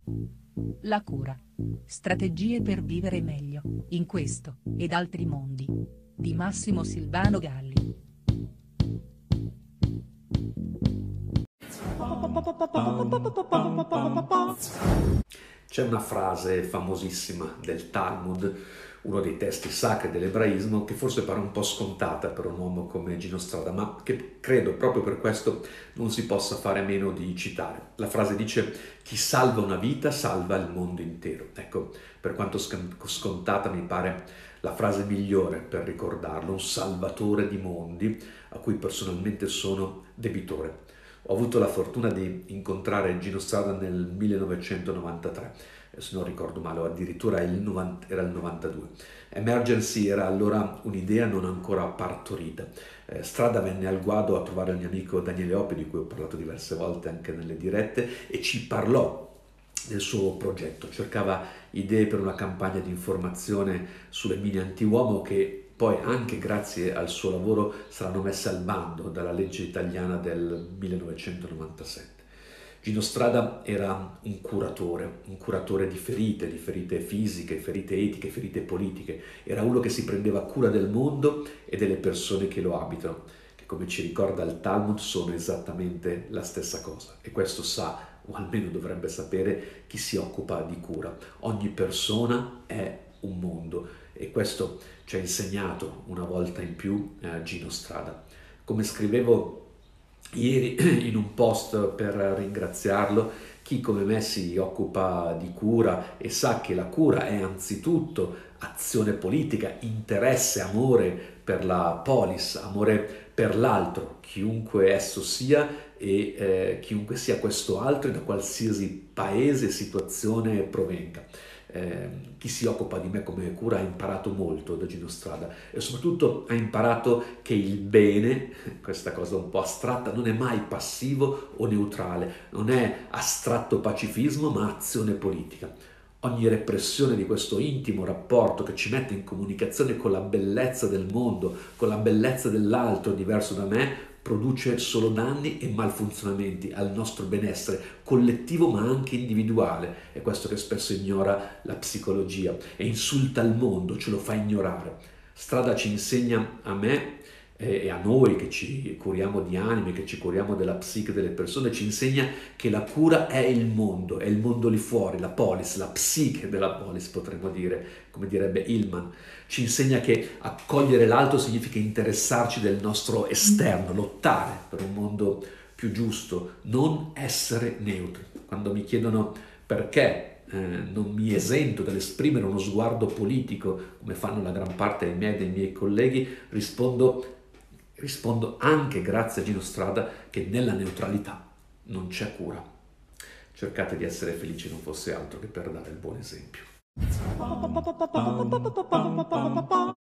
La cura. Strategie per vivere meglio, in questo, ed altri mondi. Di Massimo Silvano Galli. C'è una frase famosissima del Talmud, uno dei testi sacri dell'ebraismo, che forse pare un po' scontata per un uomo come Gino Strada, ma che credo proprio per questo non si possa fare a meno di citare. La frase dice: chi salva una vita salva il mondo intero. Ecco, per quanto scontata mi pare la frase migliore per ricordarlo, un salvatore di mondi a cui personalmente sono debitore. Ho avuto la fortuna di incontrare Gino Strada nel 1993, se non ricordo male, o addirittura era il 92. Emergency era allora un'idea non ancora partorita. Strada venne al Guado a trovare il mio amico Daniele Opi, di cui ho parlato diverse volte anche nelle dirette, e ci parlò del suo progetto. Cercava idee per una campagna di informazione sulle mine antiuomo che poi, anche grazie al suo lavoro, saranno messe al bando dalla legge italiana del 1997. Gino Strada era un curatore di ferite fisiche, ferite etiche, ferite politiche. Era uno che si prendeva cura del mondo e delle persone che lo abitano, che, come ci ricorda il Talmud, sono esattamente la stessa cosa. E questo sa, o almeno dovrebbe sapere, chi si occupa di cura. Ogni persona è un mondo, e questo ci ha insegnato una volta in più Gino Strada. Come scrivevo ieri in un post per ringraziarlo, chi come me si occupa di cura e sa che la cura è anzitutto azione politica, interesse, amore per la polis, amore per l'altro, chiunque esso sia, e chiunque sia questo altro e da qualsiasi paese e situazione provenga. Chi si occupa di me come cura ha imparato molto da Gino Strada, e soprattutto ha imparato che il bene, questa cosa un po' astratta, non è mai passivo o neutrale, non è astratto pacifismo ma azione politica. Ogni repressione di questo intimo rapporto che ci mette in comunicazione con la bellezza del mondo, con la bellezza dell'altro diverso da me, produce solo danni e malfunzionamenti al nostro benessere collettivo ma anche individuale. È questo che spesso ignora la psicologia e insulta il mondo, ce lo fa ignorare. Strada ci insegna, a me e a noi che ci curiamo di anime, che ci curiamo della psiche delle persone, ci insegna che la cura è il mondo lì fuori, la polis, la psiche della polis, potremmo dire, come direbbe Hillman. Ci insegna che accogliere l'altro significa interessarci del nostro esterno, lottare per un mondo più giusto, non essere neutri. Quando mi chiedono perché non mi esento dall'esprimere uno sguardo politico, come fanno la gran parte dei miei colleghi, rispondo anche grazie a Gino Strada che nella neutralità non c'è cura. Cercate di essere felici, non fosse altro che per dare il buon esempio.